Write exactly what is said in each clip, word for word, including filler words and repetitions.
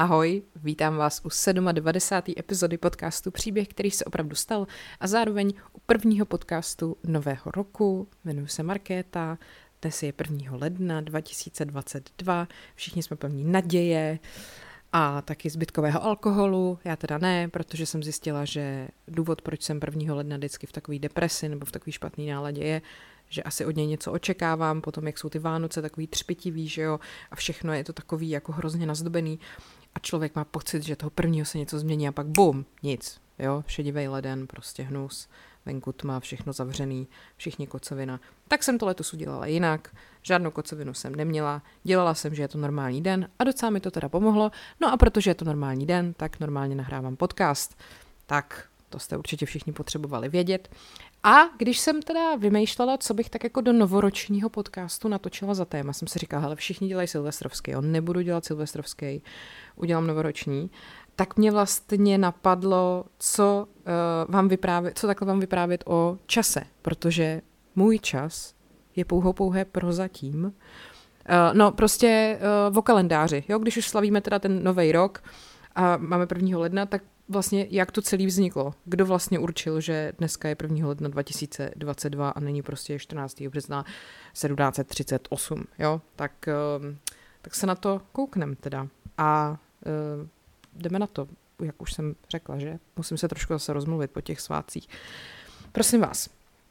Ahoj, vítám vás u devadesát sedmé epizody podcastu Příběh, který se opravdu stal a zároveň u prvního podcastu nového roku. Jmenuji se Markéta, dnes je prvního ledna dva tisíce dvacet dva, všichni jsme plní naděje a taky zbytkového alkoholu, já teda ne, protože jsem zjistila, že důvod, proč jsem prvního ledna vždycky v takové depresi nebo v takové špatné náladě je, že asi od něj něco očekávám, potom jak jsou ty Vánoce takový třpitivý, že jo, a všechno je to takový jako hrozně nazdobený a člověk má pocit, že toho prvního se něco změní a pak bum, nic, jo, šedivej leden, prostě hnus, venku tma, všechno zavřený, všichni kocovina. Tak jsem to letos udělala jinak, žádnou kocovinu jsem neměla, dělala jsem, že je to normální den a docela mi to teda pomohlo, no a protože je to normální den, tak normálně nahrávám podcast. Tak to jste určitě všichni potřebovali vědět. A když jsem teda vymýšlela, co bych tak jako do novoročního podcastu natočila za téma, jsem si říkala, hele, všichni dělají silvestrovský, on nebudu dělat silvestrovský, udělám novoroční, tak mě vlastně napadlo, co uh, vám vyprávět, co takhle vám vyprávět o čase, protože můj čas je pouhou pouhé prozatím. Uh, no prostě uh, o kalendáři, jo, když už slavíme teda ten nový rok a máme prvního ledna, tak vlastně jak to celý vzniklo. Kdo vlastně určil, že dneska je prvního ledna dva tisíce dvacet dva a není prostě čtrnáctého března sedmnáct set třicet osm, jo? Tak, tak se na to kouknem teda. A uh, jdeme na to, jak už jsem řekla, že musím se trošku zase rozmluvit po těch svátcích. Prosím vás,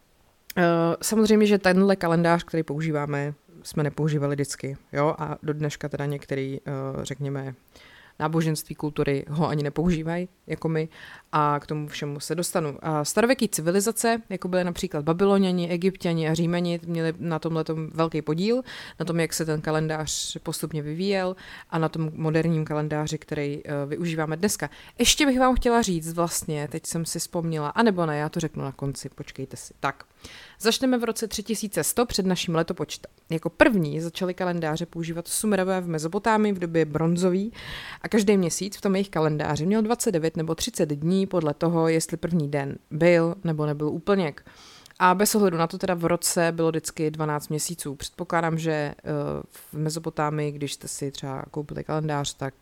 uh, samozřejmě, že tenhle kalendář, který používáme, jsme nepoužívali vždycky, jo? A do dneška teda některý, uh, řekněme, náboženství, kultury ho ani nepoužívají, jako my, a k tomu všemu se dostanu. A starověké civilizace, jako byly například Babyloniani, Egypťani a Římani, měli na tomhletom velký podíl, na tom, jak se ten kalendář postupně vyvíjel a na tom moderním kalendáři, který uh, využíváme dneska. Ještě bych vám chtěla říct vlastně, teď jsem si vzpomněla, anebo ne, já to řeknu na konci, počkejte si. Tak, začneme v roce tři tisíce sto před naším letopočtem. Jako první začali kalendáře používat Sumerové v Mezopotámii v době bronzový a každý měsíc v tom jejich kalendáři měl dvacet devět nebo třicet dní podle toho, jestli první den byl nebo nebyl úplněk. A bez ohledu na to teda v roce bylo vždycky dvanáct měsíců. Předpokládám, že v Mezopotámii, když jste si třeba koupili kalendář, tak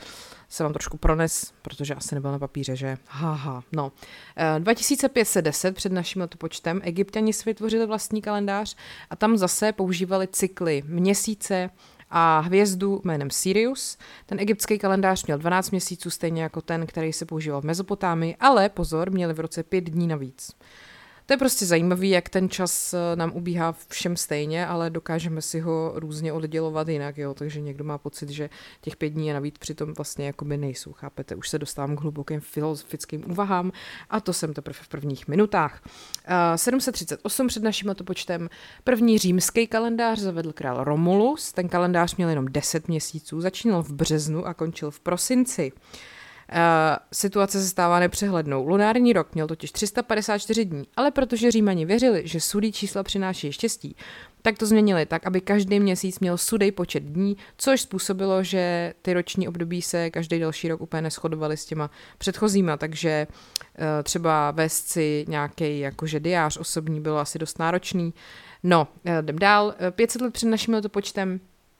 se vám trošku prones, protože asi nebyl na papíře, že? Haha, no. dva tisíce pět set deset před naším letopočtem Egypťani si vytvořili vlastní kalendář a tam zase používali cykly měsíce a hvězdu jménem Sirius. Ten egyptský kalendář měl dvanáct měsíců, stejně jako ten, který se používal v Mezopotámii, ale pozor, měli v roce pět dní navíc. To je prostě zajímavý, jak ten čas nám ubíhá všem stejně, ale dokážeme si ho různě oddělovat jinak, jo? Takže někdo má pocit, že těch pět dní a navíc přitom vlastně jakoby nejsou, chápete? Už se dostávám k hlubokým filozofickým úvahám a to jsem teprve v prvních minutách. Uh, sedm set třicet osm před naším letopočtem první římský kalendář zavedl král Romulus, ten kalendář měl jenom deset měsíců, začínal v březnu a končil v prosinci. Uh, situace se stává nepřehlednou. Lunární rok měl totiž tři sta padesát čtyři dní, ale protože Římani věřili, že sudý čísla přináší štěstí, tak to změnili tak, aby každý měsíc měl sudej počet dní, což způsobilo, že ty roční období se každý další rok úplně neshodovaly s těma předchozíma, takže uh, třeba vést si nějaký jakože diář osobní bylo asi dost náročný. No, uh, jdem dál. pět set let před naším letopočtem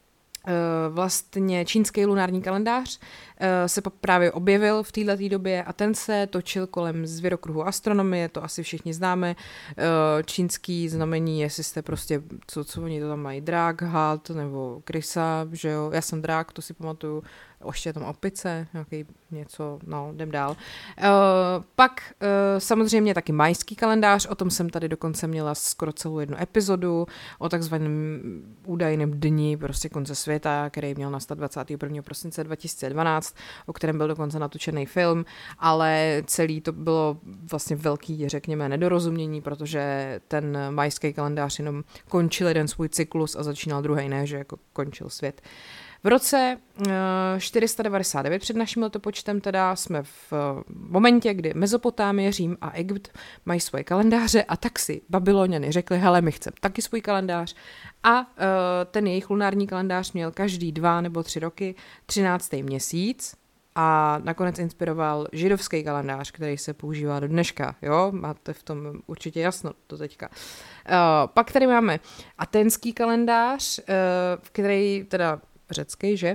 vlastně čínský lunární kalendář se právě objevil v této době a ten se točil kolem zvěrokruhu astronomie, to asi všichni známe. Čínský znamení, jestli jste prostě, co, co oni to tam mají, drak, had nebo krysa, že jo, já jsem drak, to si pamatuju, ještě tam opice, nějaký něco, no, jdem dál. Uh, pak uh, samozřejmě taky majský kalendář, o tom jsem tady dokonce měla skoro celou jednu epizodu, o takzvaném údajném dni prostě konce světa, který měl nastat dvacátého prvního prosince dva tisíce dvanáct, o kterém byl dokonce natočený film, ale celý to bylo vlastně velký, řekněme, nedorozumění, protože ten majský kalendář jenom končil jeden svůj cyklus a začínal druhý, ne, že jako končil svět. V roce čtyři sta devadesát devět před naším letopočtem teda jsme v momentě, kdy Mezopotámie, Řím a Egypt mají svoje kalendáře a tak si Babyloniani řekli, hele, my chceme taky svůj kalendář a ten jejich lunární kalendář měl každý dva nebo tři roky třináctý měsíc a nakonec inspiroval židovský kalendář, který se používá do dneška, jo, máte v tom určitě jasno do teďka. Uh, pak tady máme aténský kalendář, uh, který teda řecký, že?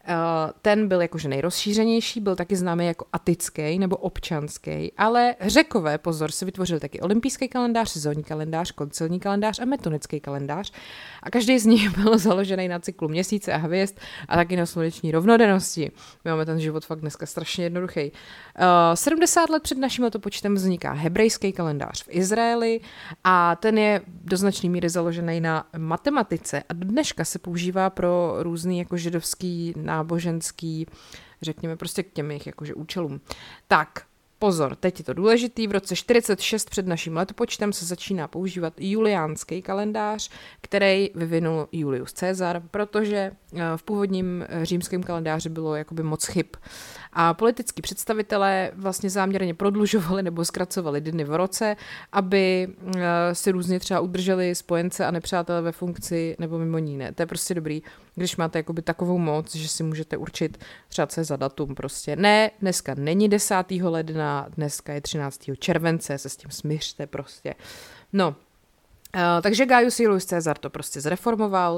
Ten byl jakože nejrozšířenější, byl taky známý jako atický nebo občanský, ale Řekové, pozor, si vytvořili taky olympijský kalendář, sezónní kalendář, koncilní kalendář a metonický kalendář a každý z nich byl založený na cyklu měsíce a hvězd a taky na sluneční rovnodennosti. My máme ten život fakt dneska strašně jednoduchý. sedmdesát let před naším letopočtem vzniká hebrejský kalendář v Izraeli a ten je do značné míry založený na matematice a do dneška se používá pro různý jako židovský, náboženský, řekněme prostě k těm jejich jakože účelům. Tak, pozor, teď je to důležitý, v roce čtyřicet šest před naším letopočtem se začíná používat juliánský kalendář, který vyvinul Julius Caesar, protože v původním římském kalendáři bylo jakoby moc chyb. A politický představitelé vlastně záměrně prodlužovali nebo zkracovali dny v roce, aby si různě třeba udrželi spojence a nepřátelé ve funkci nebo mimo ní. Ne, to je prostě dobrý, když máte jakoby takovou moc, že si můžete určit třeba co je za datum prostě. Ne, dneska není desátého ledna, dneska je třináctého července, se s tím smířte prostě. No, Uh, takže Gaius Julius Caesar to prostě zreformoval. Uh,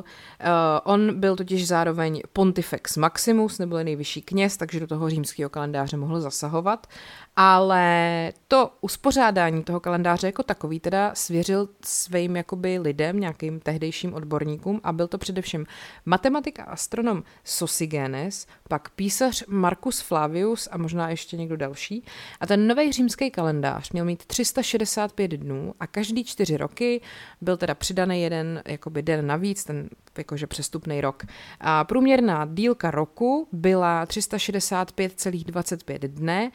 on byl totiž zároveň Pontifex Maximus, nebo nejvyšší kněz, takže do toho římského kalendáře mohl zasahovat. Ale to uspořádání toho kalendáře jako takový teda svěřil svým jakoby lidem, nějakým tehdejším odborníkům a byl to především matematik a astronom Sosigenes, pak písař Marcus Flavius a možná ještě někdo další. A ten nový římský kalendář měl mít tři sta šedesát pět dnů a každý čtyři roky byl teda přidaný jeden jakoby den navíc, ten jakože přestupný rok. A průměrná dílka roku byla tři sta šedesát pět celá dvacet pět dne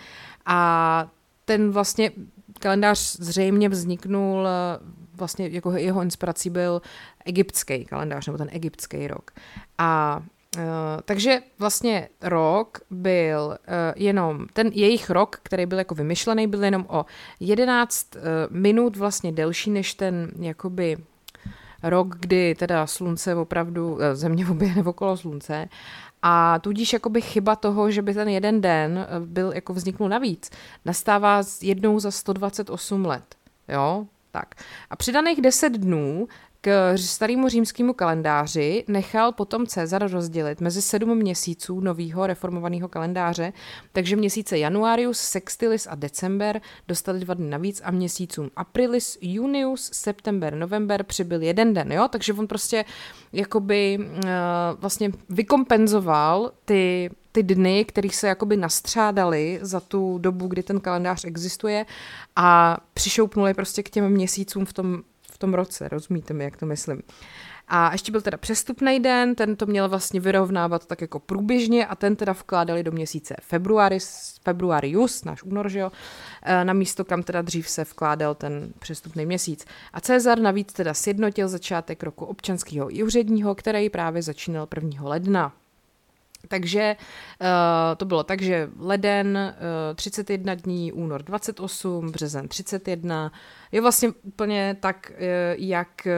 a ten vlastně kalendář zřejmě vzniknul, vlastně jako jeho inspirací byl egyptský kalendář, nebo ten egyptský rok. A Uh, takže vlastně rok byl uh, jenom, ten jejich rok, který byl jako vymyšlený, byl jenom o jedenáct uh, minut vlastně delší než ten jakoby rok, kdy teda slunce opravdu, uh, země oběhne okolo slunce a tudíž jakoby chyba toho, že by ten jeden den uh, byl jako vzniknul navíc, nastává jednou za sto dvacet osm let, jo, tak. A přidaných deset dnů k starému římskému kalendáři nechal potom Caesar rozdělit mezi sedm měsíců nového reformovaného kalendáře, takže měsíce Januarius, Sextilis a December dostali dva dny navíc a měsícům Aprilis, Junius, September, November přibyl jeden den, jo, takže on prostě jakoby uh, vlastně vykompenzoval ty ty dny, kterých se jakoby nastřádali za tu dobu, kdy ten kalendář existuje a přišoupnuli prostě k těm měsícům v tom v tom roce, rozumíte mi, jak to myslím. A ještě byl teda přestupný den, ten to měl vlastně vyrovnávat tak jako průběžně a ten teda vkládali do měsíce februaris, februarius, náš únor, že jo, na místo, kam teda dřív se vkládal ten přestupný měsíc. A Caesar navíc teda sjednotil začátek roku občanského i úředního, který právě začínal prvního ledna. Takže uh, to bylo tak, že leden uh, třicet jedna dní, únor dvacet osm, březen třicet jedna, je vlastně úplně tak, uh, jak uh,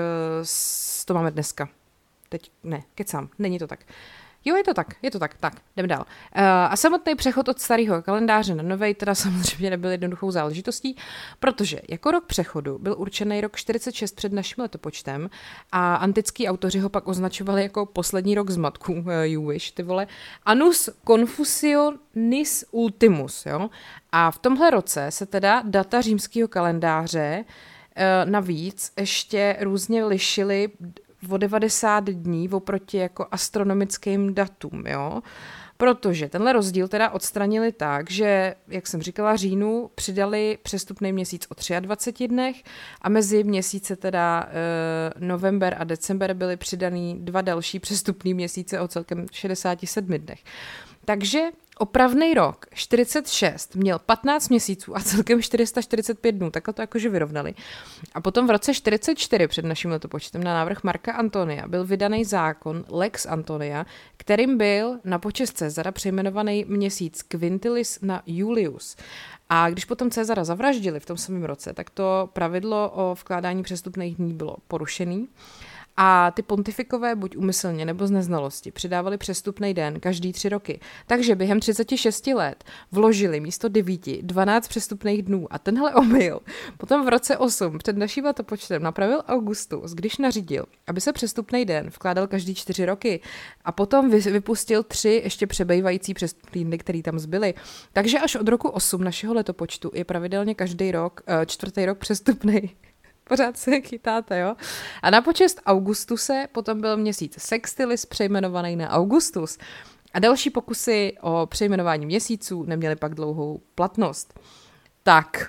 to máme dneska. Teď ne, kecám, není to tak. Jo, je to tak, je to tak, tak, jdeme dál. Uh, a samotný přechod od starého kalendáře na novej teda samozřejmě nebyl jednoduchou záležitostí, protože jako rok přechodu byl určený rok čtyřicet šest před naším letopočtem a antický autoři ho pak označovali jako poslední rok zmatků, uh, you wish, ty vole, annus confusionis ultimus, jo. A v tomhle roce se teda data římského kalendáře uh, navíc ještě různě lišily o devadesát dní oproti jako astronomickým datům, jo. Protože tenhle rozdíl teda odstranili tak, že, jak jsem říkala, říjnu přidali přestupný měsíc o dvaceti třech dnech a mezi měsíce teda e, november a december byly přidaný dva další přestupný měsíce o celkem šedesáti sedmi dnech. Takže opravný rok čtyřicet šest měl patnáct měsíců a celkem čtyři sta čtyřicet pět dnů, takhle to jakože vyrovnali. A potom v roce čtyřicet čtyři před naším letopočtem na návrh Marka Antonia byl vydaný zákon Lex Antonia, kterým byl na počest Cezara přejmenovaný měsíc Quintilis na Julius. A když potom Cezara zavraždili v tom samém roce, tak to pravidlo o vkládání přestupných dní bylo porušený. A ty pontifikové, buď úmyslně nebo z neznalosti, přidávali přestupný den každý tři roky. Takže během třicet šest let vložili místo devíti dvanáct přestupných dnů. A tenhle omyl potom v roce osm před naším letopočtem napravil Augustus, když nařídil, aby se přestupný den vkládal každý čtyři roky. A potom vypustil tři ještě přebývající přestupný dny, které tam zbyly. Takže až od roku osm našeho letopočtu je pravidelně každý rok, čtvrtý rok přestupný. Pořád se chytáte, jo? A na počest Augustuse potom byl měsíc Sextilis přejmenovaný na Augustus. A další pokusy o přejmenování měsíců neměly pak dlouhou platnost. Tak,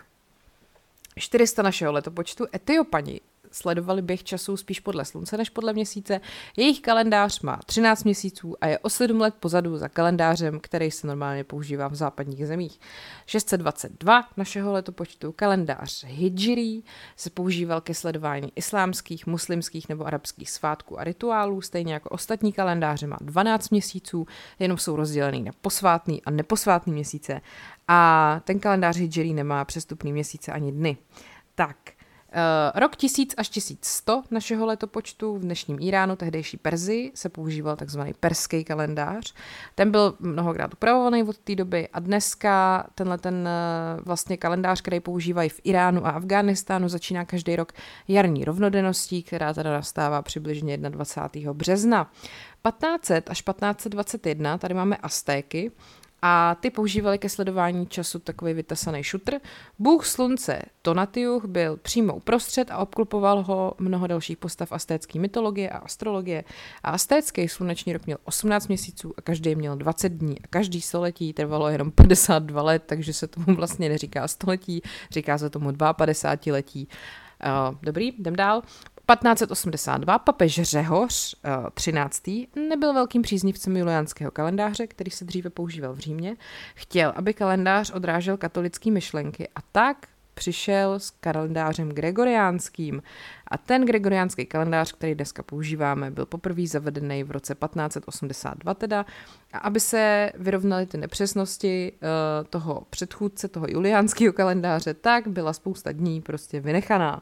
čtyři sta našeho letopočtu Etiopani sledovali běh času spíš podle slunce než podle měsíce. Jejich kalendář má třináct měsíců a je o sedm let pozadu za kalendářem, který se normálně používá v západních zemích. šest set dvacet dva našeho letopočtu kalendář Hidžrí se používal ke sledování islámských, muslimských nebo arabských svátků a rituálů, stejně jako ostatní kalendáře má dvanáct měsíců, jenom jsou rozdělený na posvátný a neposvátný měsíce a ten kalendář Hidžrí nemá přestupný měsíce ani dny. Tak, Uh, rok tisíc až tisíc sto našeho letopočtu v dnešním Iránu, tehdejší Perzii, se používal takzvaný perský kalendář. Ten byl mnohokrát upravovaný od té doby a dneska tenhle ten uh, vlastně kalendář, který používají v Iránu a Afghánistánu, začíná každý rok jarní rovnodenností, která teda nastává přibližně dvacátého prvního března. patnáct set až patnáct set dvacet jedna, tady máme Aztéky, a ty používali ke sledování času takový vytasaný šutr. Bůh slunce Tonatiuh byl přímo uprostřed a obklopoval ho mnoho dalších postav aztécké mytologie a astrologie. A aztécký sluneční rok měl osmnáct měsíců a každý měl dvacet dní a každý století trvalo jenom padesát dva let, takže se tomu vlastně neříká století, říká se tomu padesát dva letí. Uh, dobrý, jdem dál. patnáct set osmdesát dva papež Řehoř třináctý nebyl velkým příznivcem juliánského kalendáře, který se dříve používal v Římě. Chtěl, aby kalendář odrážel katolické myšlenky a tak přišel s kalendářem gregoriánským. A ten gregoriánský kalendář, který dneska používáme, byl poprvé zavedený v roce patnáct set osmdesát dva teda. A aby se vyrovnaly ty nepřesnosti uh, toho předchůdce, toho juliánského kalendáře, tak byla spousta dní prostě vynechaná.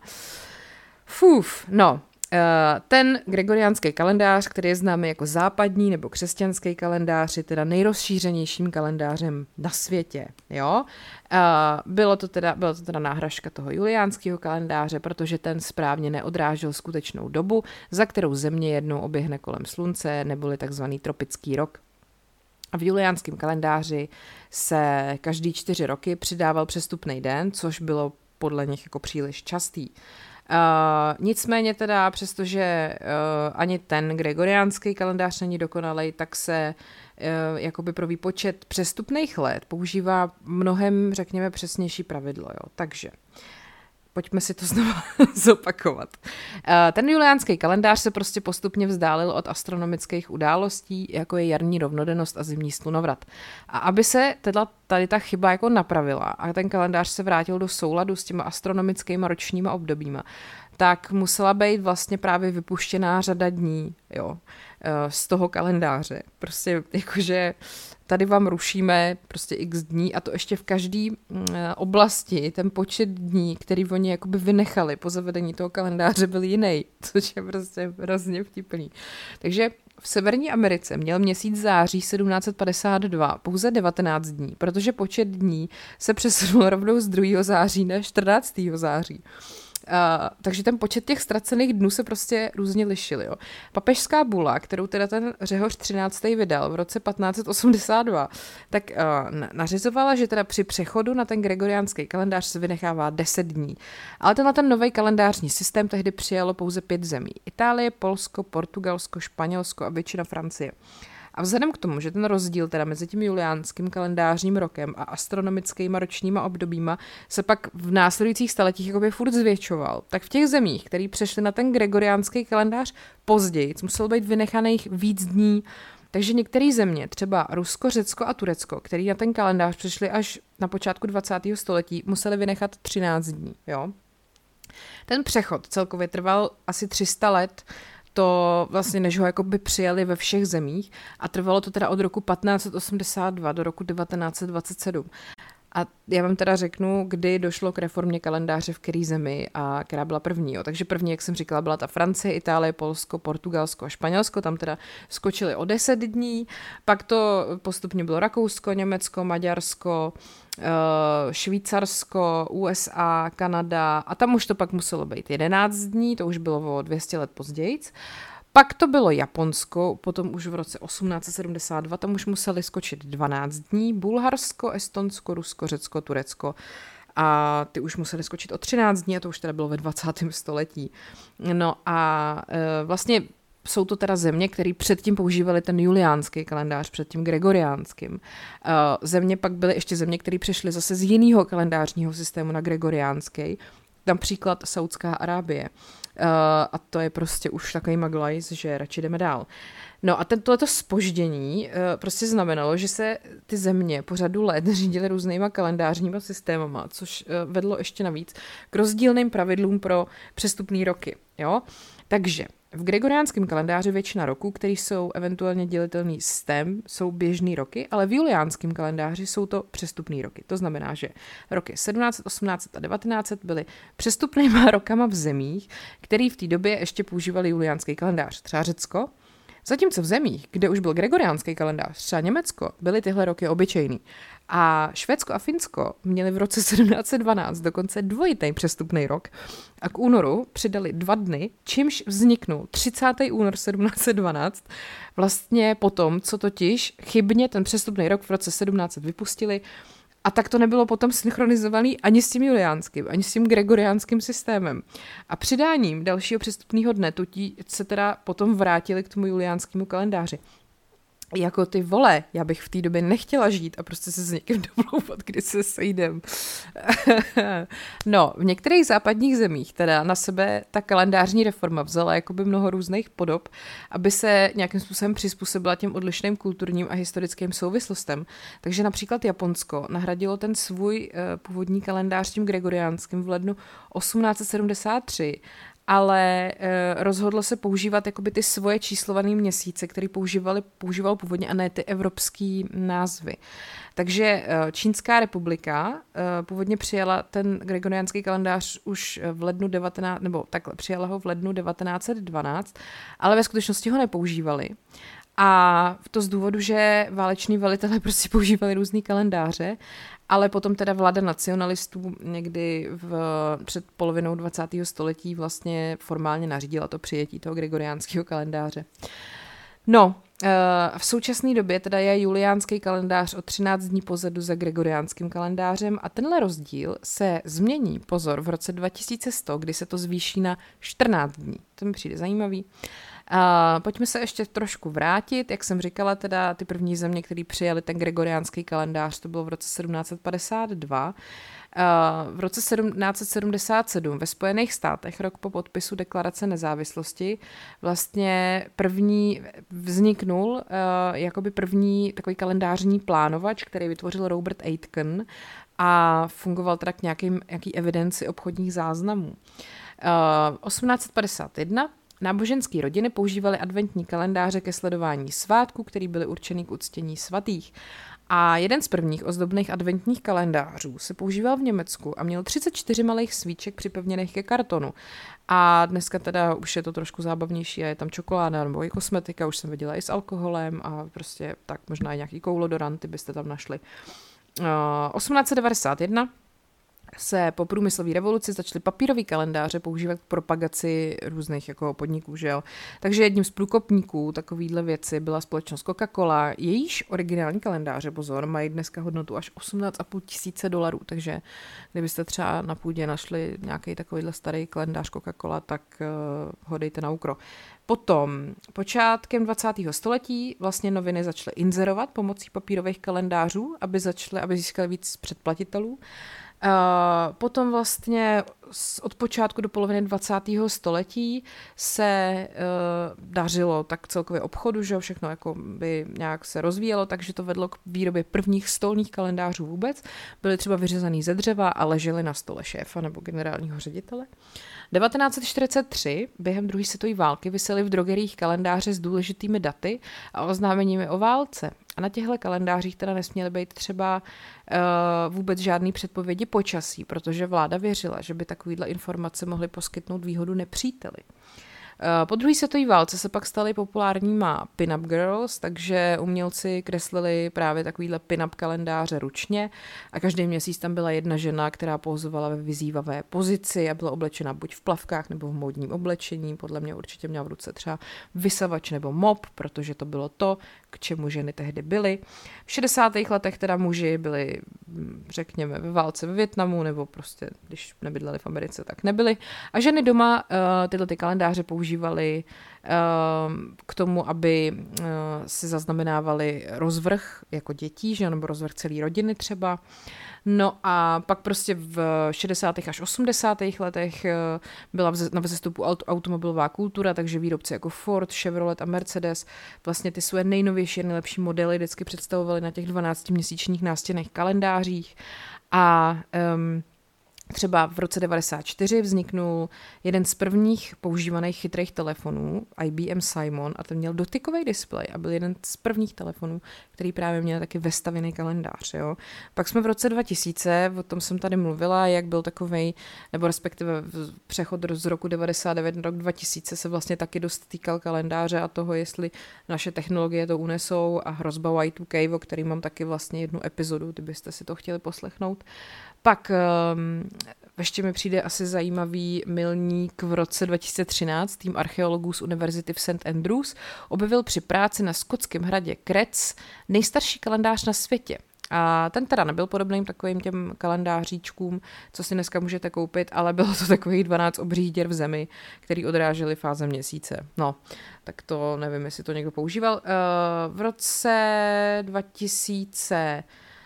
Fuf, no, ten gregoriánský kalendář, který je známý jako západní nebo křesťanský kalendář, je teda nejrozšířenějším kalendářem na světě, jo. Bylo to teda, bylo to teda náhražka toho juliánského kalendáře, protože ten správně neodrážel skutečnou dobu, za kterou země jednou oběhne kolem slunce, neboli takzvaný tropický rok. A v juliánském kalendáři se každý čtyři roky přidával přestupný den, což bylo podle nich jako příliš častý. Uh, nicméně teda, přestože uh, ani ten gregoriánský kalendář není dokonalej, tak se uh, jakoby pro výpočet přestupných let používá mnohem, řekněme, přesnější pravidlo. Jo. Takže pojďme si to znovu zopakovat. Uh, ten juliánský kalendář se prostě postupně vzdálil od astronomických událostí, jako je jarní rovnodennost a zimní slunovrat. A aby se teda tady ta chyba jako napravila a ten kalendář se vrátil do souladu s těma astronomickými ročníma obdobíma, tak musela být vlastně právě vypuštěná řada dní, jo, z toho kalendáře. Prostě jakože tady vám rušíme prostě x dní a to ještě v každé oblasti ten počet dní, který oni jakoby vynechali po zavedení toho kalendáře, byl jiný, což je prostě hrozně vtipný. Takže v Severní Americe měl měsíc září sedmnáct set padesát dva pouze devatenáct dní, protože počet dní se přesunul rovnou z druhého září na čtrnáctého září. Uh, takže ten počet těch ztracených dnů se prostě různě lišil. Jo. Papežská bula, kterou teda ten Řehoř třináctý vydal v roce patnáct set osmdesát dva, tak uh, nařizovala, že teda při přechodu na ten gregoriánský kalendář se vynechává deset dní. Ale tenhle ten nový kalendářní systém tehdy přijalo pouze pět zemí. Itálie, Polsko, Portugalsko, Španělsko a většina Francie. A vzhledem k tomu, že ten rozdíl teda mezi tím juliánským kalendářním rokem a astronomickými ročníma obdobíma se pak v následujících staletích jakoby furt zvětšoval, tak v těch zemích, které přešly na ten gregoriánský kalendář později, muselo být vynechaných víc dní. Takže některé země, třeba Rusko, Řecko a Turecko, který na ten kalendář přišli až na počátku dvacátého století, museli vynechat třináct dní. Jo? Ten přechod celkově trval asi tři sta let, to vlastně než ho jakoby přijali ve všech zemích a trvalo to teda od roku patnáct set osmdesát dva do roku devatenáct set dvacet sedm. A já vám teda řeknu, kdy došlo k reformě kalendáře v který zemi a která byla první. Jo. Takže první, jak jsem říkala, byla ta Francie, Itálie, Polsko, Portugalsko a Španělsko. Tam teda skočili o deset dní. Pak to postupně bylo Rakousko, Německo, Maďarsko, Švýcarsko, U S A, Kanada a tam už to pak muselo být jedenáct dní, to už bylo o dvě stě let později. Pak to bylo Japonsko, potom už v roce osmnáct set sedmdesát dva, tam už museli skočit dvanáct dní, Bulharsko, Estonsko, Rusko, Řecko, Turecko a ty už museli skočit o třináct dní a to už teda bylo ve dvacátém století. No a e, vlastně jsou to teda země, které předtím používali ten juliánský kalendář před tím gregoriánským. Země pak byly ještě země, které přešly zase z jiného kalendářního systému na gregoriánský, například Saudská Arábie. A to je prostě už takový maglajs, že radši jdeme dál. No a tohleto zpoždění prostě znamenalo, že se ty země po řadu let řídily různýma kalendářníma systémama, což vedlo ještě navíc k rozdílným pravidlům pro přestupný roky. Jo? Takže v gregoriánském kalendáři většina roků, které jsou eventuálně dělitelný systém, jsou běžný roky, ale v juliánském kalendáři jsou to přestupný roky. To znamená, že roky sedmnáct set, osmnáct set a devatenáct set byly přestupnýma rokama v zemích, které v té době ještě používali juliánský kalendář, třeba Řecko. Zatímco v zemích, kde už byl gregoriánský kalendář, třeba Německo, byly tyhle roky obyčejný. A Švédsko a Finsko měli v roce sedmnáct set dvanáct dokonce dvojitý přestupný rok a k únoru přidali dva dny, čímž vzniknul třicátého února sedmnáct set dvanáct, vlastně potom, co totiž chybně ten přestupný rok v roce sedmnáct set vypustili. A tak to nebylo potom synchronizovaný ani s tím juliánským, ani s tím gregoriánským systémem. A přidáním dalšího přestupného dne tutí se teda potom vrátili k tomu juliánskému kalendáři. Jako ty vole, já bych v té době nechtěla žít a prostě se s někým domlouvat, kdy se sejdem. No, v některých západních zemích teda na sebe ta kalendářní reforma vzala jakoby mnoho různých podob, aby se nějakým způsobem přizpůsobila těm odlišným kulturním a historickým souvislostem. Takže například Japonsko nahradilo ten svůj uh, původní kalendář tím gregoriánským v lednu osmnáct set sedmdesát tři, ale e, rozhodlo se používat jakoby ty svoje číslované měsíce, které používali, používal původně a ne ty evropský názvy. Takže e, Čínská republika e, původně přijala ten gregoriánský kalendář už v lednu devatenáct, nebo takhle, přijala ho v lednu devatenáct set dvanáct, ale ve skutečnosti ho nepoužívali. A to z důvodu, že váleční velitelé prostě používali různý kalendáře, ale potom teda vláda nacionalistů někdy v, před polovinou dvacátého století vlastně formálně nařídila to přijetí toho gregoriánského kalendáře. No, v současné době teda je juliánský kalendář o třináct dní pozadu za gregoriánským kalendářem a tenhle rozdíl se změní, pozor, v roce dva tisíce sto, kdy se to zvýší na čtrnáct dní. To mi přijde zajímavý. Uh, pojďme se ještě trošku vrátit, jak jsem říkala, teda ty první země, které přijali ten gregoriánský kalendář, to bylo v roce sedmnáct set padesát dva. Uh, v roce sedmnáct set sedmdesát sedm ve Spojených státech, rok po podpisu deklarace nezávislosti, vlastně první vzniknul uh, jakoby první takový kalendářní plánovač, který vytvořil Robert Aitken a fungoval teda k nějakým, nějaký evidenci obchodních záznamů. Uh, osmnáct set padesát jedna náboženské rodiny používaly adventní kalendáře ke sledování svátků, které byly určeny k uctění svatých. A jeden z prvních ozdobných adventních kalendářů se používal v Německu a měl třicet čtyři malých svíček připevněných ke kartonu. A dneska teda už je to trošku zábavnější a je tam čokoláda nebo i kosmetika, už jsem viděla i s alkoholem a prostě tak možná i nějaký koulodoranty byste tam našli. Uh, osmnáct set devadesát jedna se po průmyslové revoluci začaly papírové kalendáře používat k propagaci různých jako podniků, že jo. Takže jedním z průkopníků takovýhle věci byla společnost Coca-Cola. Jejíž originální kalendáře, pozor, mají dneska hodnotu až osmnáct a půl tisíce dolarů, takže kdybyste třeba na půdě našli nějaký takovýhle starý kalendář Coca-Cola, tak uh, ho dejte na úkro. Potom počátkem dvacátého století vlastně noviny začaly inzerovat pomocí papírových kalendářů, aby začaly, aby získali víc předplatitelů. Uh, potom vlastně od počátku do poloviny dvacátého století se uh, dařilo tak celkově obchodu, že všechno jako by nějak se rozvíjelo, takže to vedlo k výrobě prvních stolních kalendářů vůbec. Byly třeba vyřezaný ze dřeva a ležely na stole šéfa nebo generálního ředitele. devatenáct set čtyřicet tři během druhé světové války visely v drogeriích kalendáře s důležitými daty a oznámeními o válce. A na těchto kalendářích teda nesměly být třeba uh, vůbec žádný předpovědi počasí, protože vláda věřila, že by takovýhle informace mohly poskytnout výhodu nepříteli. Po druhé světové válce se pak staly populárníma pin-up girls, takže umělci kreslili právě takovýhle pin-up kalendáře ručně a každý měsíc tam byla jedna žena, která pozovala ve vyzývavé pozici a byla oblečena buď v plavkách nebo v módním oblečení. Podle mě určitě měla v ruce třeba vysavač nebo mop, protože to bylo to, k čemu ženy tehdy byly. V šedesátých letech teda muži byli, řekněme, ve válce ve Vietnamu nebo prostě, když nebydleli v Americe, tak nebyli. A ženy doma uh, tyhle ty kalendáře používali k tomu, aby si zaznamenávali rozvrh jako dětí, že nebo rozvrh celé rodiny třeba. No a pak prostě v šedesátých až osmdesátých letech byla na vzestupu automobilová kultura, takže výrobci jako Ford, Chevrolet a Mercedes vlastně ty své nejnovější, nejlepší modely vždycky představovali na těch dvanáctiměsíčních nástěnných kalendářích a um, třeba v roce devadesát čtyři vzniknul jeden z prvních používaných chytrých telefonů, I B M Simon, a ten měl dotykový displej a byl jeden z prvních telefonů, který právě měl taky vestavěný kalendář. Jo. Pak jsme v roce dva tisíce, o tom jsem tady mluvila, jak byl takovej, nebo respektive přechod z roku devadesát devět na rok dva tisíce se vlastně taky dost týkal kalendáře a toho, jestli naše technologie to unesou a hrozba Y dva K, o který mám taky vlastně jednu epizodu, kdybyste si to chtěli poslechnout. Pak um, ještě mi přijde asi zajímavý milník v roce dva tisíce třináct. Tým archeologů z univerzity v Saint Andrews objevil při práci na skotském hradě Kretz nejstarší kalendář na světě. A ten teda nebyl podobným takovým těm kalendáříčkům, co si dneska můžete koupit, ale bylo to takových dvanáct obřích děr v zemi, který odrážely fáze měsíce. No, tak to nevím, jestli to někdo používal. Uh, v roce dva tisíce...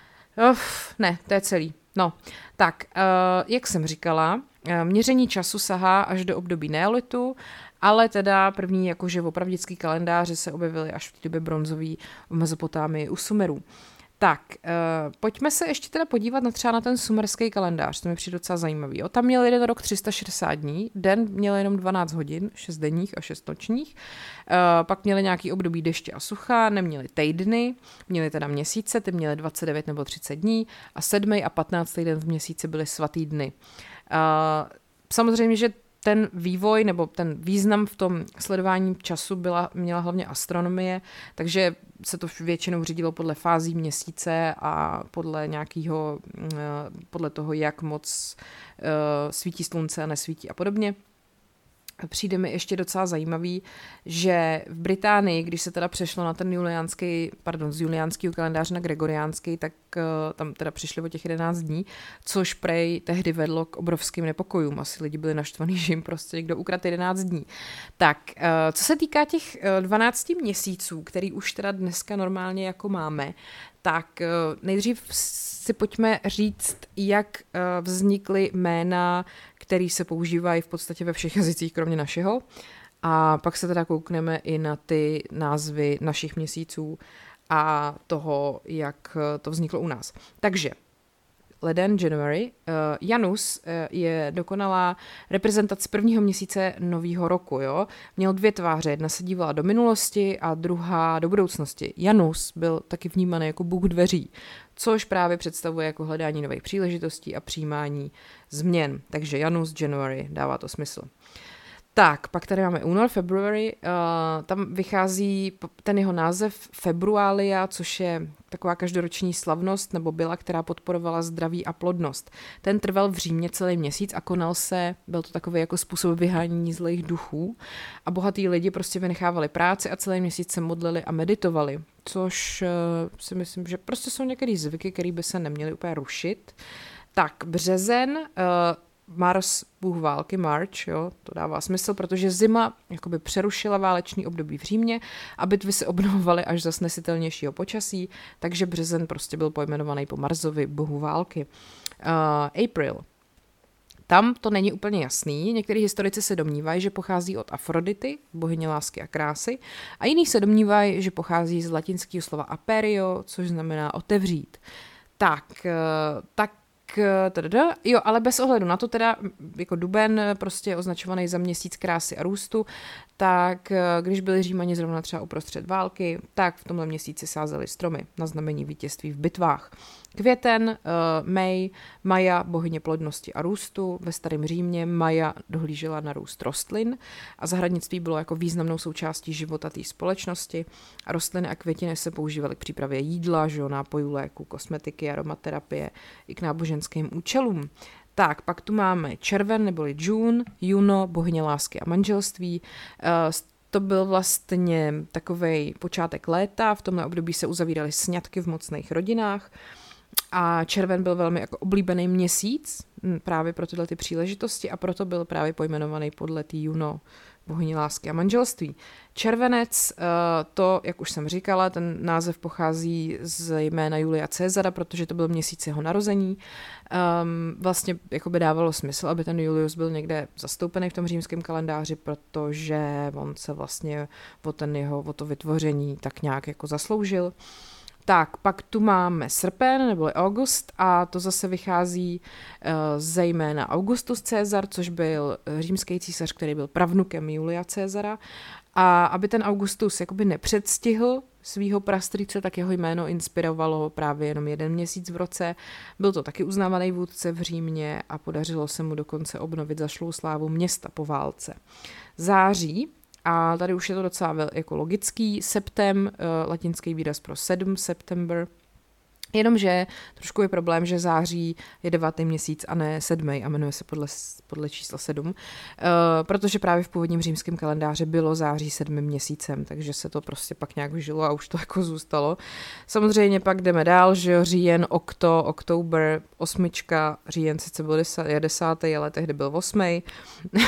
Uf, ne, to je celý. No, tak, uh, jak jsem říkala, měření času sahá až do období neolitu, ale teda první jakože opravdický kalendáře se objevily až v té době bronzový v Mezopotámii u Sumerů. Tak, uh, pojďme se ještě teda podívat na třeba na ten sumerský kalendář, to mi přijde docela zajímavý. Jo? Tam měl jeden rok tři sta šedesát dní, den měl jenom dvanáct hodin, šest denních a šest nočních, uh, pak měli nějaký období deště a sucha, neměli týdny, měli teda měsíce, ty měli dvacet devět nebo třicet dní a sedmý a patnáctý den v měsíci byly svatý dny. Uh, samozřejmě, že ten vývoj nebo ten význam v tom sledování času byla, měla hlavně astronomie, takže se to většinou řídilo podle fází měsíce a podle nějakého, podle toho, jak moc svítí slunce a nesvítí a podobně. Přijde mi ještě docela zajímavý, že v Británii, když se teda přešlo na ten juliánský, pardon, z juliánského kalendáře na gregoriánský, tak uh, tam teda přišli o těch jedenáct dní, což prej tehdy vedlo k obrovským nepokojům. Asi lidi byli naštvaní, že jim prostě někdo ukradl jedenáct dní. Tak, uh, co se týká těch uh, dvanácti měsíců, který už teda dneska normálně jako máme, tak uh, nejdřív si pojďme říct, jak uh, vznikly jména, který se používají v podstatě ve všech jazycích, kromě našeho. A pak se teda koukneme i na ty názvy našich měsíců a toho, jak to vzniklo u nás. Takže leden, January. Uh, Janus uh, je dokonalá reprezentace prvního měsíce nového roku. Jo? Měl dvě tváře, jedna se dívala do minulosti a druhá do budoucnosti. Janus byl taky vnímaný jako bůh dveří, což právě představuje jako hledání nových příležitostí a přijímání změn. Takže Janus, January, dává to smysl. Tak, pak tady máme únor, February, uh, tam vychází ten jeho název Februalia, což je taková každoroční slavnost, nebo byla, která podporovala zdraví a plodnost. Ten trval v Římě celý měsíc a konal se, byl to takový jako způsob vyhánění zlých duchů a bohatý lidi prostě vynechávali práci a celý měsíc se modlili a meditovali, což uh, si myslím, že prostě jsou některé zvyky, které by se neměly úplně rušit. Tak, březen, uh, Mars, bůh války, March, jo, to dává smysl, protože zima jakoby přerušila válečný období v Římě a bitvy se obnovovaly až za snesitelnějšího počasí, takže březen prostě byl pojmenovaný po Marsovi, bohu války. Uh, April. Tam to není úplně jasný, některý historici se domnívají, že pochází od Afrodity, bohyně lásky a krásy, a jiní se domnívají, že pochází z latinského slova aperio, což znamená otevřít. Tak, uh, tak Tadada. Jo, ale bez ohledu na to teda, jako duben prostě je označovaný za měsíc krásy a růstu, tak když byli Římani zrovna třeba uprostřed války, tak v tomhle měsíci sázeli stromy na znamení vítězství v bitvách. Květen, uh, May, Maja, bohyně plodnosti a růstu. Ve starém Římě Maja dohlížela na růst rostlin a zahradnictví bylo jako významnou součástí života té společnosti. A rostliny a květiny se používaly k přípravě jídla, že, nápojů, léků, kosmetiky, aromaterapie i k náboženským účelům. Tak, pak tu máme červen neboli June, Juno, bohyně lásky a manželství. Uh, To byl vlastně takovej počátek léta, v tomhle období se uzavíraly sňatky v mocných rodinách a červen byl velmi jako oblíbený měsíc právě pro tyhle ty příležitosti a proto byl právě pojmenovaný podle tý Juno, bohyně lásky a manželství. Červenec, to, jak už jsem říkala, ten název pochází z jména Julia Caesara, protože to byl měsíc jeho narození. Um, vlastně jako by dávalo smysl, aby ten Julius byl někde zastoupený v tom římském kalendáři, protože on se vlastně o, ten jeho, o to vytvoření tak nějak jako zasloužil. Tak, pak tu máme srpen, neboli august, a to zase vychází uh, zejména Augustus Caesar, což byl římský císař, který byl pravnukem Julia Caesara. A aby ten Augustus jakoby nepředstihl svýho prastrýce, tak jeho jméno inspirovalo právě jenom jeden měsíc v roce. Byl to taky uznávaný vůdce v Římě a podařilo se mu dokonce obnovit zašlou slávu města po válce. Září, a tady už je to docela jako logický, septem, latinský výraz pro sedm, September, jenomže trošku je problém, že září je devátý měsíc a ne sedmý a jmenuje se podle, podle čísla sedm, uh, protože právě v původním římském kalendáři bylo září sedmým měsícem, takže se to prostě pak nějak vyžilo a už to jako zůstalo. Samozřejmě pak jdeme dál, že jo, říjen, okto, oktober, osmička, říjen sice byl desátý, je desátý, ale tehdy byl osmý. uh,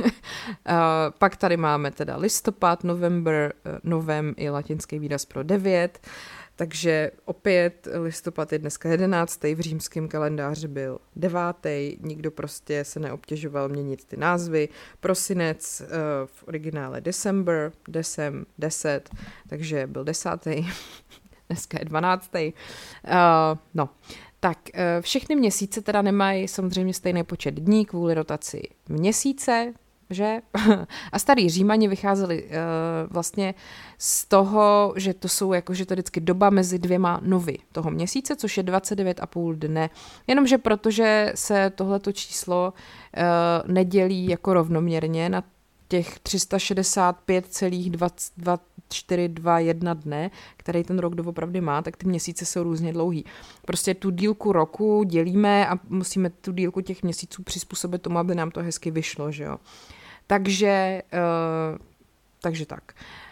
pak tady máme teda listopad, november, novem je latinský výraz pro devět, takže opět listopad je dneska jedenáctý, v římském kalendáři byl devátý, nikdo prostě se neobtěžoval měnit ty názvy. Prosinec uh, v originále December, desem, deset, takže byl desátý, dneska je dvanáctý. Uh, no, tak uh, všechny měsíce teda nemají samozřejmě stejný počet dní kvůli rotaci měsíce, že? A starý Římani vycházeli uh, vlastně z toho, že to jsou jako, že to je vždycky doba mezi dvěma novy toho měsíce, což je dvacet devět a půl dne. Jenomže protože se tohleto číslo uh, nedělí jako rovnoměrně na těch tři sta šedesát pět celá dvacet čtyři dvacet jedna dne, který ten rok doopravdy má, tak ty měsíce jsou různě dlouhý. Prostě tu dílku roku dělíme a musíme tu dílku těch měsíců přizpůsobit tomu, aby nám to hezky vyšlo, že jo. Takže, uh, takže tak.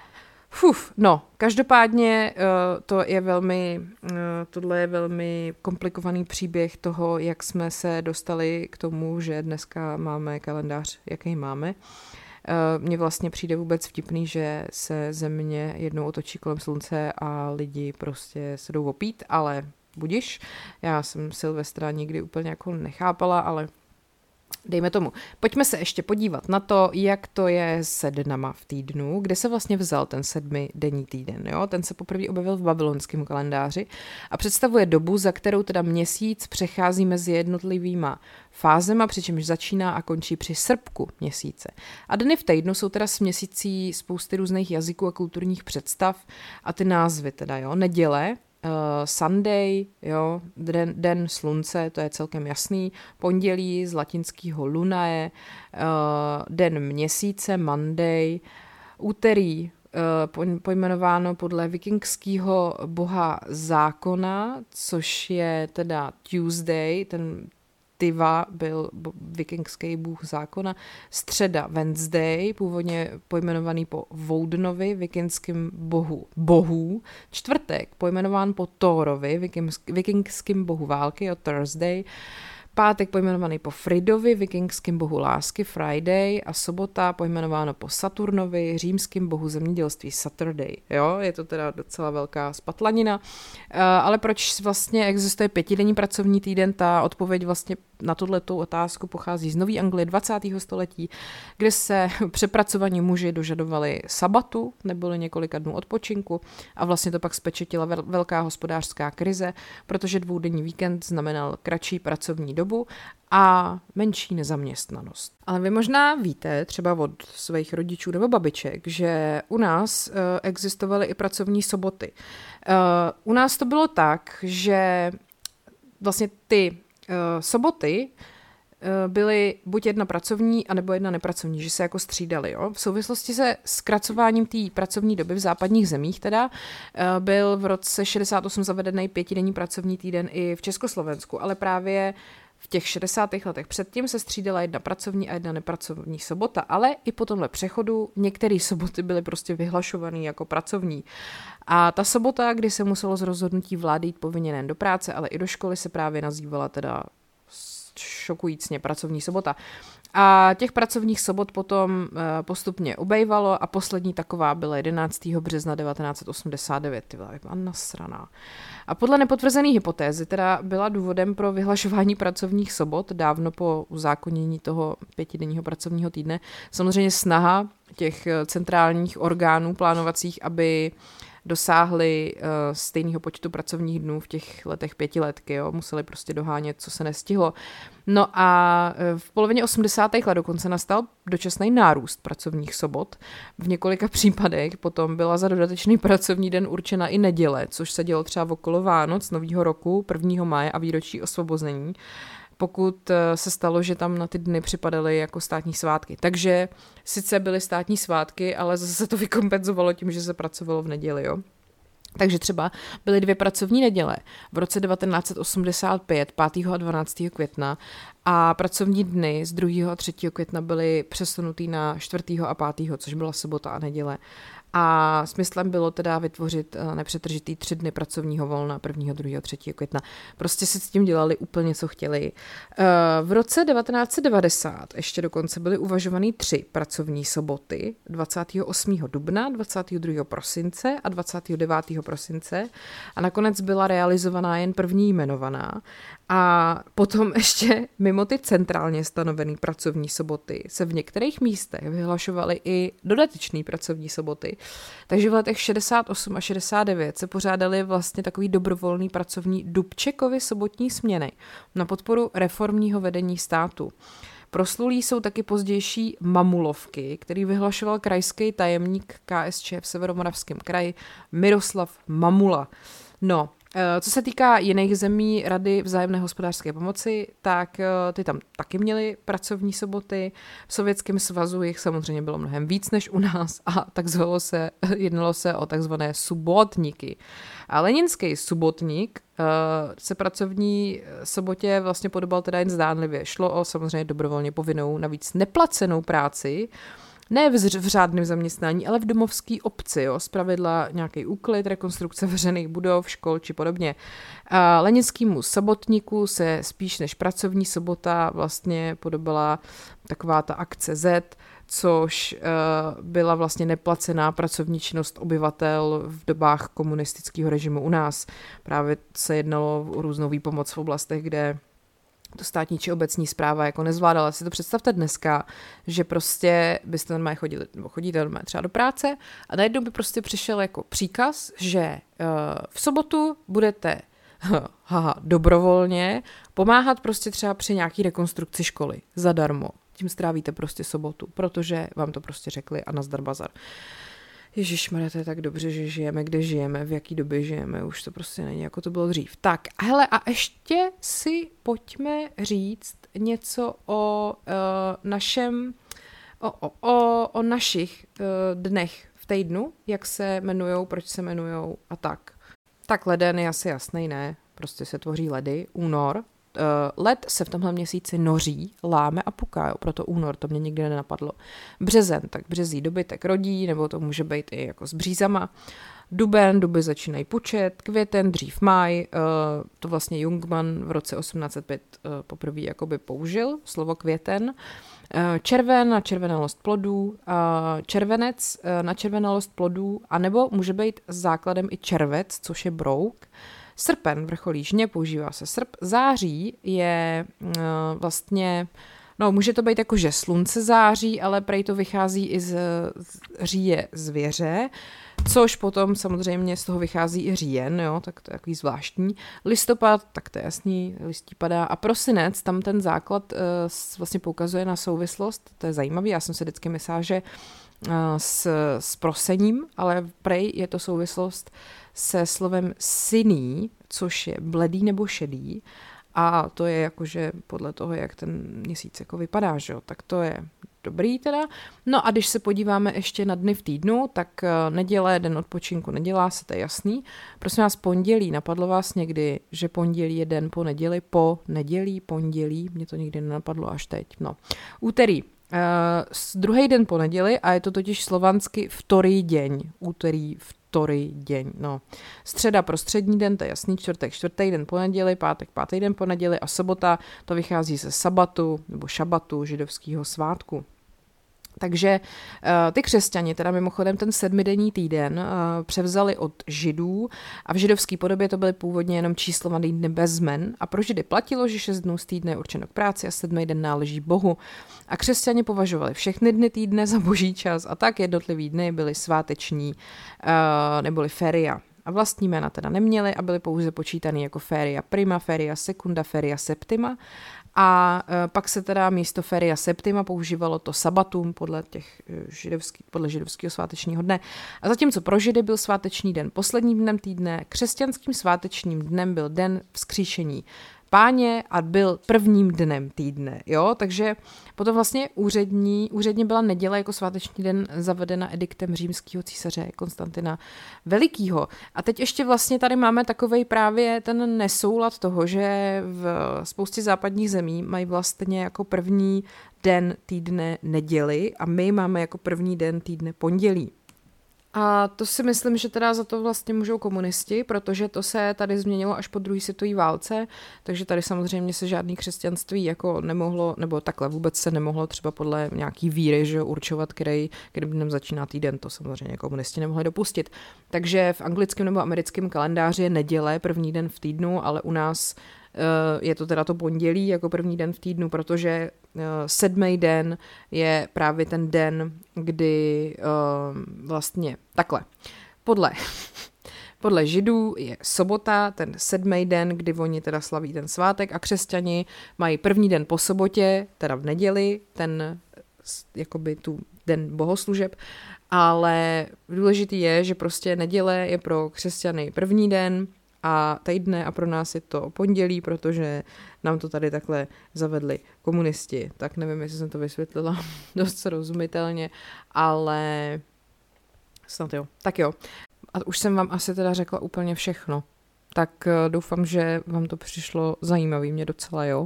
Fuf, no, každopádně uh, to je velmi, uh, tohle je velmi komplikovaný příběh toho, jak jsme se dostali k tomu, že dneska máme kalendář, jaký máme. Mně vlastně přijde vůbec vtipný, že se země jednou otočí kolem slunce a lidi prostě se jdou opít, ale budiš. Já jsem Silvestra nikdy úplně jako nechápala, ale dejme tomu. Pojďme se ještě podívat na to, jak to je se dnama v týdnu, kde se vlastně vzal ten sedmidenní týden. Jo? Ten se poprvé objevil v babylonském kalendáři a představuje dobu, za kterou teda měsíc přechází mezi jednotlivýma fázema, přičemž začíná a končí při srpku měsíce. A dny v týdnu jsou teda s měsící spousty různých jazyků a kulturních představ a ty názvy teda, jo, neděle, Uh, Sunday, jo, den, den slunce, to je celkem jasný, pondělí z latinského lunae, uh, den měsíce, Monday, úterý, uh, pojmenováno podle vikingského boha zákona, což je teda Tuesday, ten Tiva byl vikingský bůh zákona, středa Wednesday, původně pojmenovaný po Woudenovi, vikingským bohu bohů, čtvrtek pojmenován po Thorovi, vikingským bohu války, o Thursday, pátek pojmenovaný po Fridovi, vikingském bohu lásky Friday, a sobota pojmenováno po Saturnovi, římském bohu zemědělství Saturday. Jo, je to teda docela velká spatlanina. Uh, ale proč vlastně existuje pětidenní pracovní týden? Ta odpověď vlastně na tuhletou otázku pochází z Nový Anglie dvacátého století, kde se přepracovaní muži dožadovali sabatu, neboli několika dnů odpočinku, a vlastně to pak spečetila velká hospodářská krize, protože dvoudenní víkend znamenal kratší pracovní dobu a menší nezaměstnanost. Ale vy možná víte, třeba od svých rodičů nebo babiček, že u nás uh, existovaly i pracovní soboty. Uh, u nás to bylo tak, že vlastně ty uh, soboty byly buď jedna pracovní, anebo jedna nepracovní, že se jako střídali. Jo? V souvislosti se zkracováním té pracovní doby v západních zemích teda byl v roce šedesát osm zavedený pětidenní pracovní týden i v Československu, ale právě v těch šedesátých letech předtím se střídala jedna pracovní a jedna nepracovní sobota, ale i po tomhle přechodu některé soboty byly prostě vyhlašované jako pracovní. A ta sobota, kdy se muselo z rozhodnutí vlády jít povinně nejen do práce, ale i do školy, se právě nazývala teda šokujícně pracovní sobota. A těch pracovních sobot potom postupně ubejvalo a poslední taková byla jedenáctého března devatenáct set osmdesát devět. Ty byla nasraná. A podle nepotvrzené hypotézy teda byla důvodem pro vyhlašování pracovních sobot dávno po uzákonění toho pětidenního pracovního týdne samozřejmě snaha těch centrálních orgánů plánovacích, aby dosáhli uh, stejného počtu pracovních dnů v těch letech pětiletky, jo, museli prostě dohánět, co se nestihlo. No a v polovině osmdesátých let dokonce nastal dočasný nárůst pracovních sobot. V několika případech potom byla za dodatečný pracovní den určena i neděle, což se dělo třeba okolo Vánoc, Novýho roku, prvního máje a výročí osvobození, pokud se stalo, že tam na ty dny připadaly jako státní svátky. Takže sice byly státní svátky, ale zase se to vykompenzovalo tím, že se pracovalo v neděli, jo. Takže třeba byly dvě pracovní neděle v roce devatenáct set osmdesát pět, pátého a dvanáctého května, a pracovní dny z druhého a třetího května byly přesunutý na čtvrtého a pátého, což byla sobota a neděle. A smyslem bylo teda vytvořit nepřetržitý tři dny pracovního volna prvního, druhého a třetího května. Prostě si s tím dělali úplně, co chtěli. V roce devatenáct set devadesát ještě dokonce byly uvažovaný tři pracovní soboty, dvacátého osmého dubna, dvacátého druhého prosince a dvacátého devátého prosince, a nakonec byla realizovaná jen první jmenovaná. A potom ještě mimo ty centrálně stanovené pracovní soboty se v některých místech vyhlašovaly i dodatečné pracovní soboty. Takže v letech šedesát osm a šedesát devět se pořádaly vlastně takový dobrovolný pracovní Dubčekovy sobotní směny na podporu reformního vedení státu. Proslulí jsou taky pozdější mamulovky, který vyhlašoval krajský tajemník K S Č v Severomoravském kraji Miroslav Mamula. No, co se týká jiných zemí Rady vzájemné hospodářské pomoci, tak ty tam taky měly pracovní soboty. V Sovětském svazu jich samozřejmě bylo mnohem víc než u nás a tak zvalo se, jednalo se o takzvané subotníky. A leninský subotník se pracovní sobotě vlastně podobal teda jen zdánlivě. Šlo o samozřejmě dobrovolně povinnou, navíc neplacenou práci, ne v, v řádném zaměstnání, ale v domovské obci, jo, zpravidla nějaký úklid, rekonstrukce veřejných budov, škol či podobně. A leninskému sobotníku se spíš než pracovní sobota vlastně podobala taková ta akce Z, což uh, byla vlastně neplacená pracovní činnost obyvatel v dobách komunistického režimu u nás. Právě se jednalo o různou výpomoc v oblastech, kde to státní či obecní správa jako nezvládala. Si to představte dneska, že prostě byste normálně chodili, nebo chodíte normálně třeba do práce a najednou by prostě přišel jako příkaz, že uh, v sobotu budete haha, dobrovolně pomáhat prostě třeba při nějaký rekonstrukci školy zadarmo. Tím strávíte prostě sobotu, protože vám to prostě řekli a nazdar bazar. Ježišmarja, to je tak dobře, že žijeme, kde žijeme, v jaký době žijeme, už to prostě není, jako to bylo dřív. Tak, hele, a ještě si pojďme říct něco o uh, našem, o, o, o, o našich uh, dnech v týdnu, jak se jmenujou, proč se jmenujou a tak. Tak leden je asi jasný, ne? Prostě se tvoří ledy, únor, Led se v tomhle měsíci noří, láme a puká, jo, proto únor, to mě nikdy nenapadlo. Březen, tak březí dobytek rodí, nebo to může být i jako s břízama. Duben, duby začínají pučet, květen, dřív máj, to vlastně Jungmann v roce osmnáct set pět poprvé jakoby použil, slovo květen. Červen na červenalost plodů, červenec na červenalost plodů, anebo může být základem i červec, což je brouk. Srpen vrcholí žně, používá se srp. Září je vlastně, no může to být jako, že slunce září, ale prej to vychází i z říje zvěře, což potom samozřejmě z toho vychází i říjen, jo, tak to je takový zvláštní. Listopad, tak to je jasný, listí padá. A prosinec, tam ten základ uh, vlastně poukazuje na souvislost, to je zajímavý, já jsem si vždycky myslela, že uh, s, s prosením, ale prej je to souvislost se slovem syný, což je bledý nebo šedý, a to je jakože podle toho, jak ten měsíc jako vypadá, že jo, tak to je dobrý teda. No a když se podíváme ještě na dny v týdnu, tak neděle, den odpočinku nedělá se, to je jasný. Prosím vás, pondělí, napadlo vás někdy, že pondělí je den po neděli, po nedělí, pondělí, mě to nikdy nenapadlo až teď, no. Úterý, uh, druhý den po neděli a je to totiž slovansky vtorý deň, úterý vtorý deň, no. Středa prostřední den, to je jasný, čtvrtek, čtvrtý den po neděli, pátek, pátý den po neděli a sobota, to vychází ze sabatu nebo šabatu, židovského svátku. Takže uh, ty křesťani, teda mimochodem ten sedmidenní týden, uh, převzali od židů a v židovské podobě to byly původně jenom číslovaný dny bez zmen a pro židy platilo, že šest dnů z týdne je určeno k práci a sedmý den náleží Bohu. A křesťani považovali všechny dny týdne za boží čas a tak jednotlivý dny byly sváteční uh, neboli feria. A vlastní jména teda neměli a byly pouze počítaný jako feria prima, feria secunda, feria septima. A e, pak se teda místo feria septima používalo to sabatum podle, těch židovský, podle židovského svátečního dne. A zatímco pro židy byl sváteční den posledním dnem týdne, křesťanským svátečním dnem byl den vzkříšení Páně a byl prvním dnem týdne, jo, takže potom vlastně úřední, úředně byla neděle jako sváteční den zavedena ediktem římského císaře Konstantina Velikýho. A teď ještě vlastně tady máme takovej právě ten nesoulad toho, že v spoustě západních zemí mají vlastně jako první den týdne neděli a my máme jako první den týdne pondělí. A to si myslím, že teda za to vlastně můžou komunisti, protože to se tady změnilo až po druhé světové válce, takže tady samozřejmě se žádný křesťanství jako nemohlo, nebo takhle vůbec se nemohlo třeba podle nějaký víry, že určovat, který, kterým dnem začíná týden, to samozřejmě komunisti nemohli dopustit. Takže v anglickém nebo americkém kalendáři je neděle první den v týdnu, ale u nás je to teda to pondělí jako první den v týdnu, protože sedmý den je právě ten den, kdy vlastně takhle. Podle, podle židů je sobota, ten sedmý den, kdy oni teda slaví ten svátek a křesťani mají první den po sobotě, teda v neděli, ten jakoby tu den bohoslužeb, ale důležitý je, že prostě neděle je pro křesťany první den a týdne a pro nás je to pondělí, protože nám to tady takhle zavedli komunisti. Tak nevím, jestli jsem to vysvětlila dost srozumitelně, ale snad jo. Tak jo. A už jsem vám asi teda řekla úplně všechno. Tak doufám, že vám to přišlo zajímavý, mě docela jo.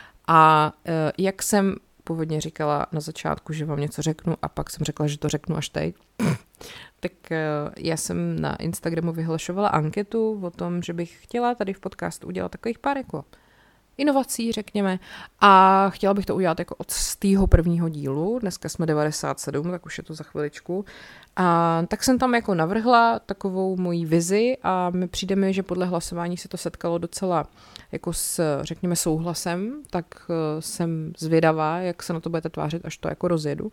A jak jsem původně říkala na začátku, že vám něco řeknu a pak jsem řekla, že to řeknu až teď, tak já jsem na Instagramu vyhlašovala anketu o tom, že bych chtěla tady v podcastu udělat takových pár jako inovací, řekněme, a chtěla bych to udělat jako od stého prvního dílu, dneska jsme devadesát sedm, tak už je to za chviličku, a tak jsem tam jako navrhla takovou moji vizi a mi přijde mi, že podle hlasování se to setkalo docela jako s, řekněme, souhlasem, tak jsem zvědavá, jak se na to budete tvářit, až to jako rozjedu.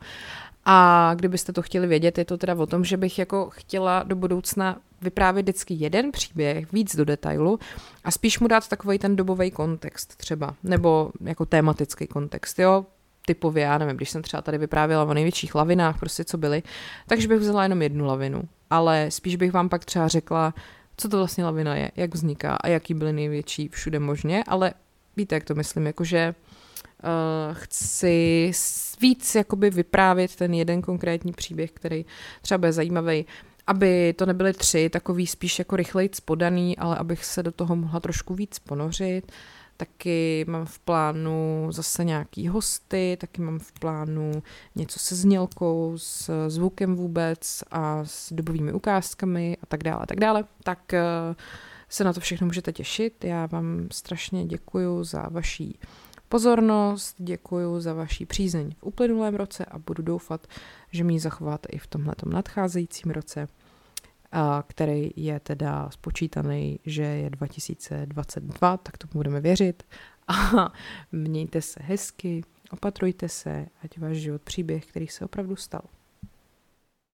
A kdybyste to chtěli vědět, je to teda o tom, že bych jako chtěla do budoucna vyprávět vždycky jeden příběh, víc do detailu a spíš mu dát takovej ten dobový kontext třeba, nebo jako tematický kontext, jo, typově, já nevím, když jsem třeba tady vyprávěla o největších lavinách, prostě co byly, takže bych vzala jenom jednu lavinu, ale spíš bych vám pak třeba řekla, co to vlastně lavina je, jak vzniká a jaký byly největší všude možně, ale víte, jak to myslím, jakože Uh, chci víc jakoby vyprávět ten jeden konkrétní příběh, který třeba bude zajímavý, aby to nebyly tři, takový spíš jako rychlejc podaný, ale abych se do toho mohla trošku víc ponořit. taky mám v plánu zase nějaký hosty, taky mám v plánu něco se znělkou, s zvukem vůbec a s dobovými ukázkami a tak dále a tak dále. Tak se na to všechno můžete těšit. Já vám strašně děkuju za vaší pozornost, děkuju za vaší přízeň v uplynulém roce a budu doufat, že mi ji zachováte i v tomhletom nadcházejícím roce, a který je teda spočítaný, že je dva tisíce dvacet dva, tak to budeme věřit. A mějte se hezky, opatrujte se, ať váš život příběh, který se opravdu stal.